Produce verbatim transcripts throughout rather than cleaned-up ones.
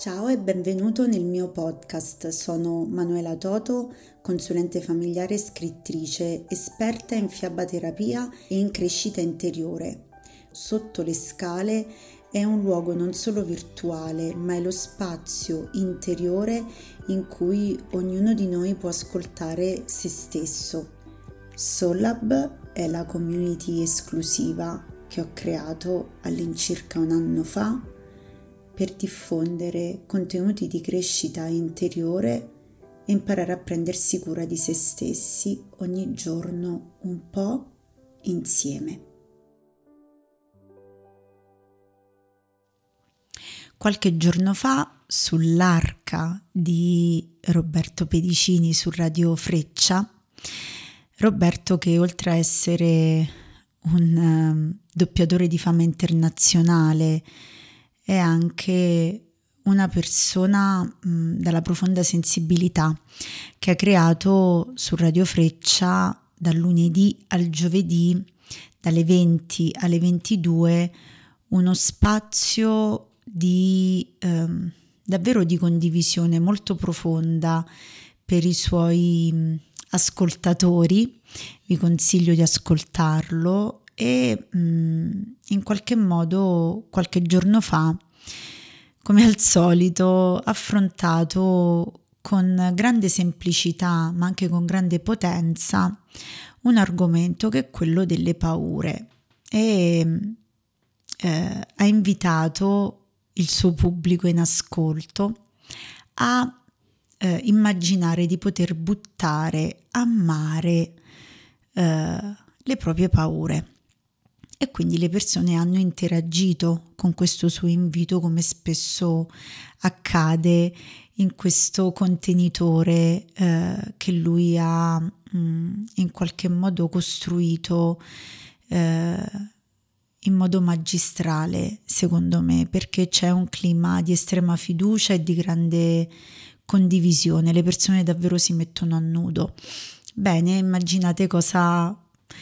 Ciao e benvenuto nel mio podcast. Sono Manuela Toto, consulente familiare e scrittrice, esperta in fiabaterapia e in crescita interiore. Sotto le scale è un luogo non solo virtuale, ma è lo spazio interiore in cui ognuno di noi può ascoltare se stesso. Sollab è la community esclusiva che ho creato all'incirca un anno fa per diffondere contenuti di crescita interiore e imparare a prendersi cura di se stessi ogni giorno un po' insieme. Qualche giorno fa, sull'Arca di Roberto Pedicini su Radio Freccia, Roberto, che oltre a essere un um, doppiatore di fama internazionale, è anche una persona mh, dalla profonda sensibilità, che ha creato su Radio Freccia dal lunedì al giovedì, dalle venti alle ventidue, uno spazio di ehm, davvero di condivisione molto profonda per i suoi mh, ascoltatori. Vi consiglio di ascoltarlo. E mh, in qualche modo qualche giorno fa, come al solito, ha affrontato con grande semplicità ma anche con grande potenza un argomento che è quello delle paure e eh, ha invitato il suo pubblico in ascolto a eh, immaginare di poter buttare a mare eh, le proprie paure. E quindi le persone hanno interagito con questo suo invito, come spesso accade in questo contenitore eh, che lui ha mh, in qualche modo costruito eh, in modo magistrale, secondo me, perché c'è un clima di estrema fiducia e di grande condivisione. Le persone davvero si mettono a nudo. Bene, immaginate cosa...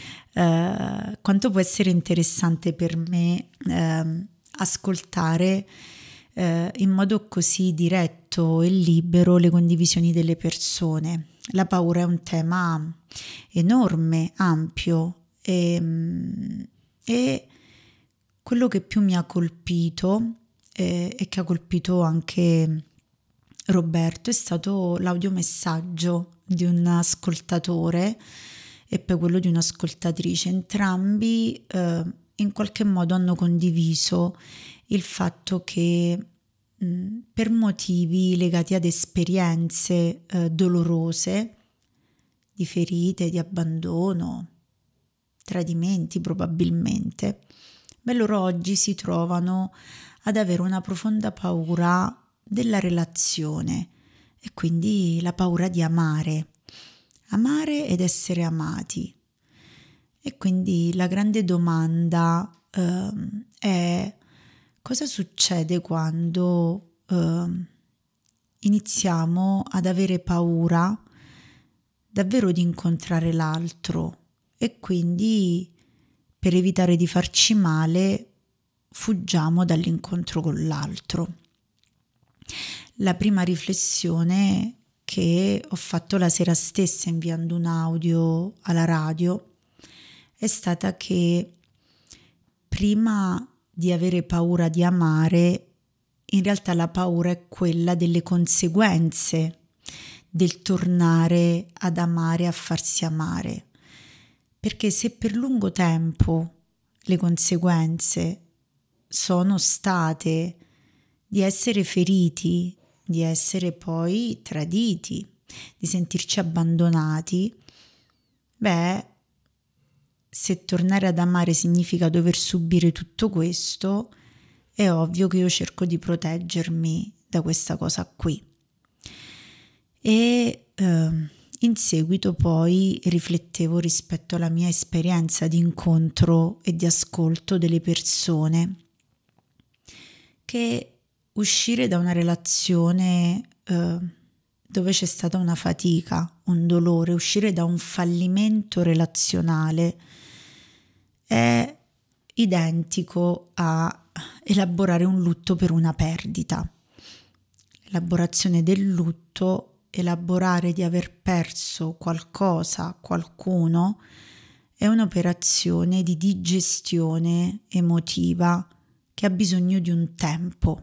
Uh, quanto può essere interessante per me uh, ascoltare uh, in modo così diretto e libero le condivisioni delle persone. La paura è un tema enorme, ampio e, um, e quello che più mi ha colpito eh, e che ha colpito anche Roberto è stato l'audiomessaggio di un ascoltatore e poi quello di un'ascoltatrice. Entrambi eh, in qualche modo hanno condiviso il fatto che mh, per motivi legati ad esperienze eh, dolorose, di ferite, di abbandono, tradimenti probabilmente, beh, loro oggi si trovano ad avere una profonda paura della relazione e quindi la paura di amare. Amare ed essere amati. E quindi la grande domanda um, è: cosa succede quando um, iniziamo ad avere paura davvero di incontrare l'altro e quindi, per evitare di farci male, fuggiamo dall'incontro con l'altro? La prima riflessione che ho fatto la sera stessa inviando un audio alla radio è stata che prima di avere paura di amare, in realtà la paura è quella delle conseguenze del tornare ad amare, a farsi amare. Perché se per lungo tempo le conseguenze sono state di essere feriti, di essere poi traditi, di sentirci abbandonati, beh, se tornare ad amare significa dover subire tutto questo, è ovvio che io cerco di proteggermi da questa cosa qui. E eh, in seguito poi riflettevo rispetto alla mia esperienza di incontro e di ascolto delle persone, che uscire da una relazione eh, dove c'è stata una fatica, un dolore, uscire da un fallimento relazionale è identico a elaborare un lutto per una perdita. elaborazione del lutto, elaborare di aver perso qualcosa, qualcuno, è un'operazione di digestione emotiva che ha bisogno di un tempo.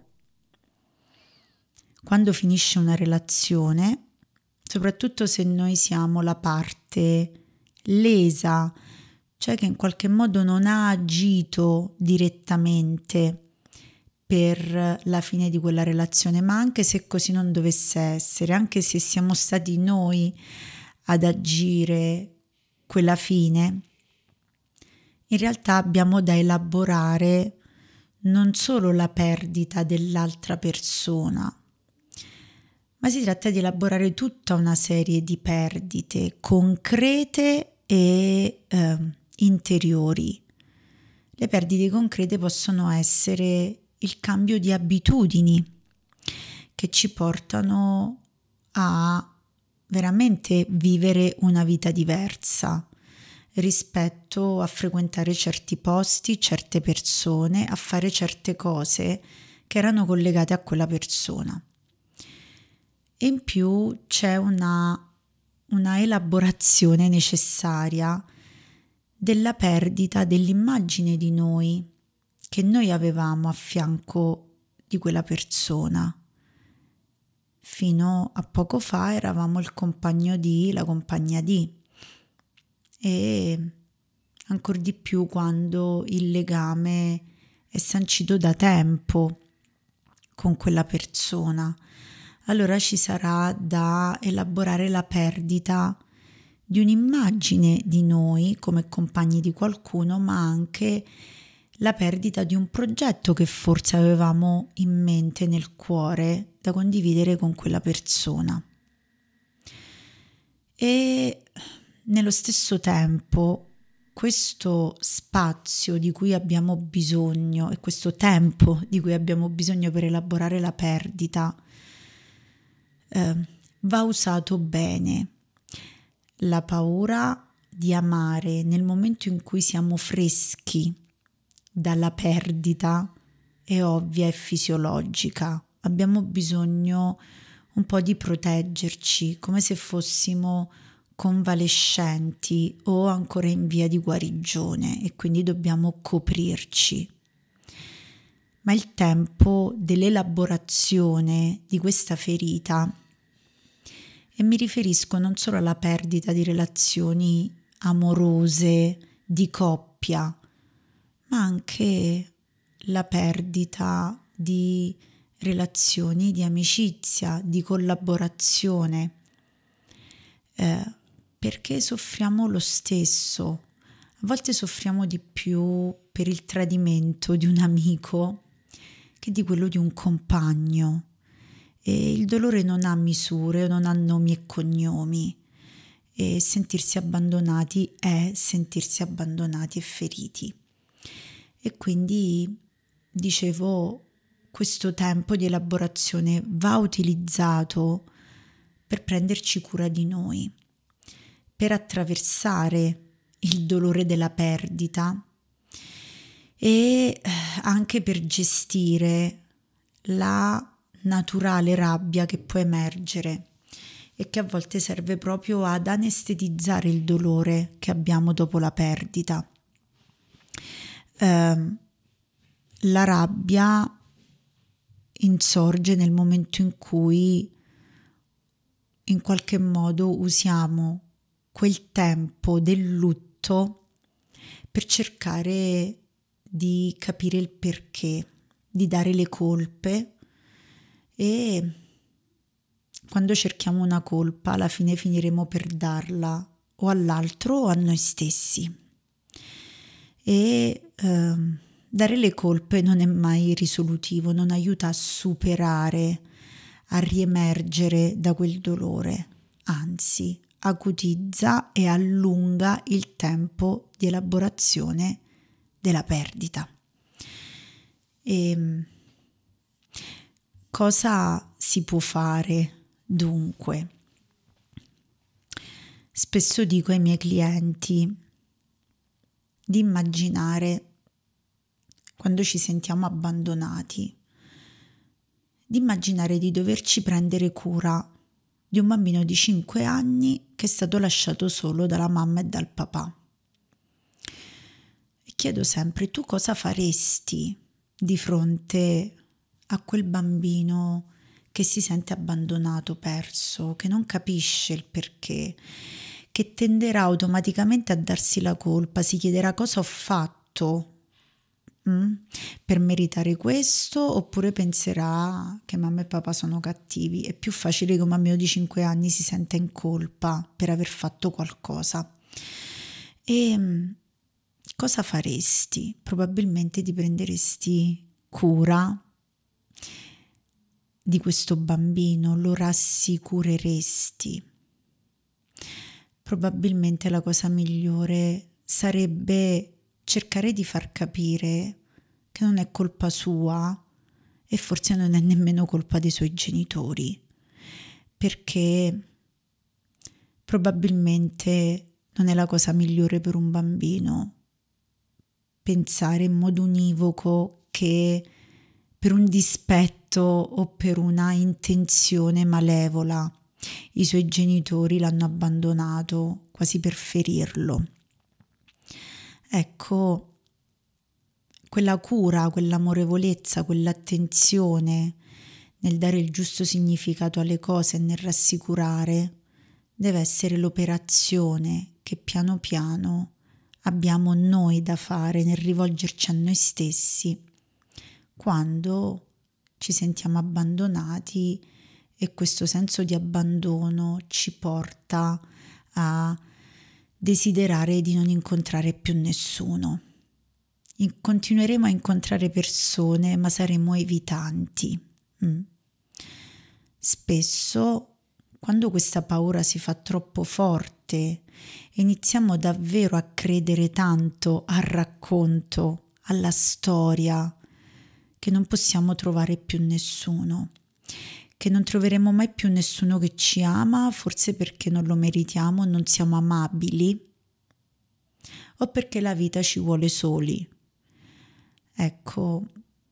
Quando finisce una relazione, soprattutto se noi siamo la parte lesa, cioè che in qualche modo non ha agito direttamente per la fine di quella relazione, ma anche se così non dovesse essere, anche se siamo stati noi ad agire quella fine, in realtà abbiamo da elaborare non solo la perdita dell'altra persona, ma si tratta di elaborare tutta una serie di perdite concrete e eh, interiori. Le perdite concrete possono essere il cambio di abitudini che ci portano a veramente vivere una vita diversa rispetto a frequentare certi posti, certe persone, a fare certe cose che erano collegate a quella persona. E in più c'è una, una elaborazione necessaria della perdita dell'immagine di noi che noi avevamo a fianco di quella persona. Fino a poco fa eravamo il compagno di, la compagna di, e ancor di più quando il legame è sancito da tempo con quella persona. Allora ci sarà da elaborare la perdita di un'immagine di noi come compagni di qualcuno, ma anche la perdita di un progetto che forse avevamo in mente, nel cuore, da condividere con quella persona. E nello stesso tempo questo spazio di cui abbiamo bisogno e questo tempo di cui abbiamo bisogno per elaborare la perdita eh, va usato bene. La paura di amare nel momento in cui siamo freschi dalla perdita è ovvia e fisiologica. Abbiamo bisogno un po' di proteggerci, come se fossimo convalescenti o ancora in via di guarigione, e quindi dobbiamo coprirci. Ma il tempo dell'elaborazione di questa ferita, e mi riferisco non solo alla perdita di relazioni amorose, di coppia, ma anche la perdita di relazioni di amicizia, di collaborazione, eh, perché soffriamo lo stesso. A volte soffriamo di più per il tradimento di un amico che di quello di un compagno, e il dolore non ha misure, non ha nomi e cognomi, e sentirsi abbandonati è sentirsi abbandonati e feriti. E quindi, dicevo, questo tempo di elaborazione va utilizzato per prenderci cura di noi, per attraversare il dolore della perdita e anche per gestire la naturale rabbia che può emergere e che a volte serve proprio ad anestetizzare il dolore che abbiamo dopo la perdita. Eh, la rabbia insorge nel momento in cui in qualche modo usiamo quel tempo del lutto per cercare di capire il perché, di dare le colpe, e quando cerchiamo una colpa alla fine finiremo per darla o all'altro o a noi stessi. E ehm, dare le colpe non è mai risolutivo, non aiuta a superare, a riemergere da quel dolore, anzi acutizza e allunga il tempo di elaborazione della perdita. E cosa si può fare dunque? Spesso dico ai miei clienti di immaginare, quando ci sentiamo abbandonati, di immaginare di doverci prendere cura di un bambino di cinque anni che è stato lasciato solo dalla mamma e dal papà. E chiedo sempre: tu cosa faresti di fronte a quel bambino che si sente abbandonato, perso, che non capisce il perché, che tenderà automaticamente a darsi la colpa, si chiederà cosa ho fatto mm, per meritare questo, oppure penserà che mamma e papà sono cattivi. È più facile che un bambino di cinque anni si senta in colpa per aver fatto qualcosa. E cosa faresti? Probabilmente ti prenderesti cura di questo bambino, lo rassicureresti. Probabilmente la cosa migliore sarebbe cercare di far capire che non è colpa sua e forse non è nemmeno colpa dei suoi genitori, perché probabilmente non è la cosa migliore per un bambino pensare in modo univoco che per un dispetto o per una intenzione malevola i suoi genitori l'hanno abbandonato quasi per ferirlo. Ecco, quella cura, quell'amorevolezza, quell'attenzione nel dare il giusto significato alle cose e nel rassicurare deve essere l'operazione che piano piano abbiamo noi da fare nel rivolgerci a noi stessi quando ci sentiamo abbandonati e questo senso di abbandono ci porta a desiderare di non incontrare più nessuno. In- continueremo a incontrare persone, ma saremo evitanti. Mm. Spesso, quando questa paura si fa troppo forte, iniziamo davvero a credere tanto al racconto, alla storia, che non possiamo trovare più nessuno, che non troveremo mai più nessuno che ci ama, forse perché non lo meritiamo, non siamo amabili, o perché la vita ci vuole soli. Ecco,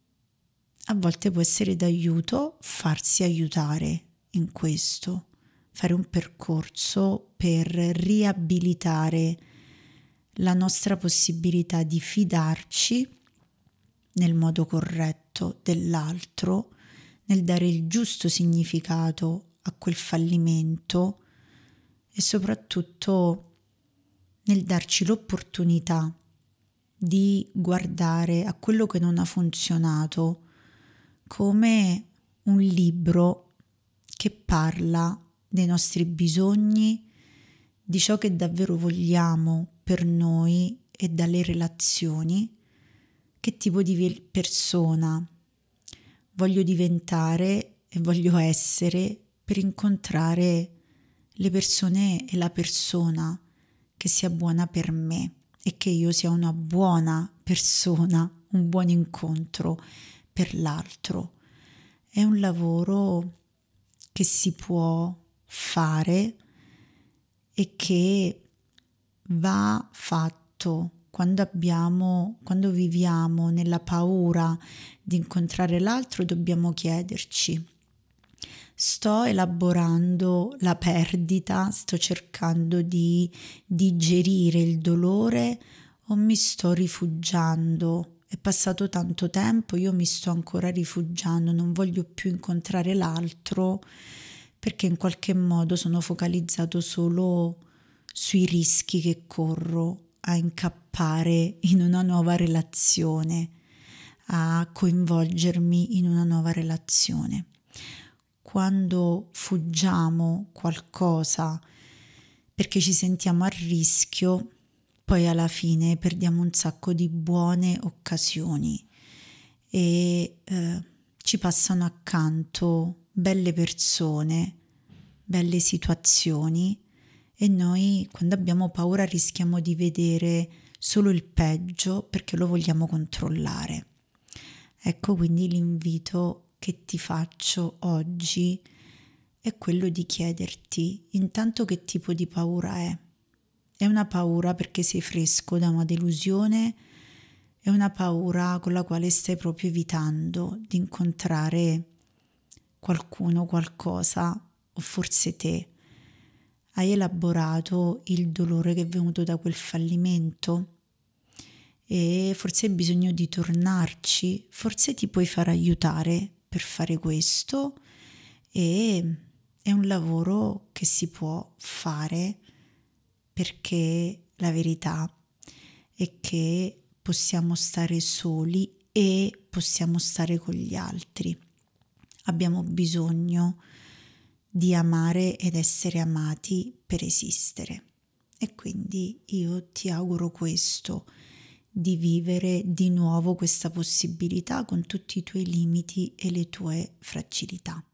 a volte può essere d'aiuto farsi aiutare in questo, fare un percorso per riabilitare la nostra possibilità di fidarci nel modo corretto dell'altro, nel dare il giusto significato a quel fallimento e soprattutto nel darci l'opportunità di guardare a quello che non ha funzionato come un libro che parla dei nostri bisogni, di ciò che davvero vogliamo per noi e dalle relazioni, che tipo di persona voglio diventare e voglio essere per incontrare le persone e la persona che sia buona per me e che io sia una buona persona, un buon incontro per l'altro. È un lavoro che si può fare e che va fatto quando abbiamo, quando viviamo nella paura di incontrare l'altro. Dobbiamo chiederci: sto elaborando la perdita, sto cercando di digerire il dolore o mi sto rifugiando? È passato tanto tempo, io mi sto ancora rifugiando, non voglio più incontrare l'altro perché in qualche modo sono focalizzato solo sui rischi che corro a incappare in una nuova relazione, a coinvolgermi in una nuova relazione. Quando fuggiamo qualcosa perché ci sentiamo a rischio, poi alla fine perdiamo un sacco di buone occasioni e eh, ci passano accanto belle persone, belle situazioni e noi quando abbiamo paura rischiamo di vedere solo il peggio perché lo vogliamo controllare. Ecco quindi l'invito che ti faccio oggi è quello di chiederti intanto che tipo di paura è. È una paura perché sei fresco da una delusione? È una paura con la quale stai proprio evitando di incontrare qualcuno, qualcosa, o forse te. Hai elaborato il dolore che è venuto da quel fallimento e forse hai bisogno di tornarci, forse ti puoi far aiutare per fare questo e è un lavoro che si può fare, perché la verità è che possiamo stare soli e possiamo stare con gli altri. Abbiamo bisogno di amare ed essere amati per esistere. E quindi io ti auguro questo, di vivere di nuovo questa possibilità con tutti i tuoi limiti e le tue fragilità.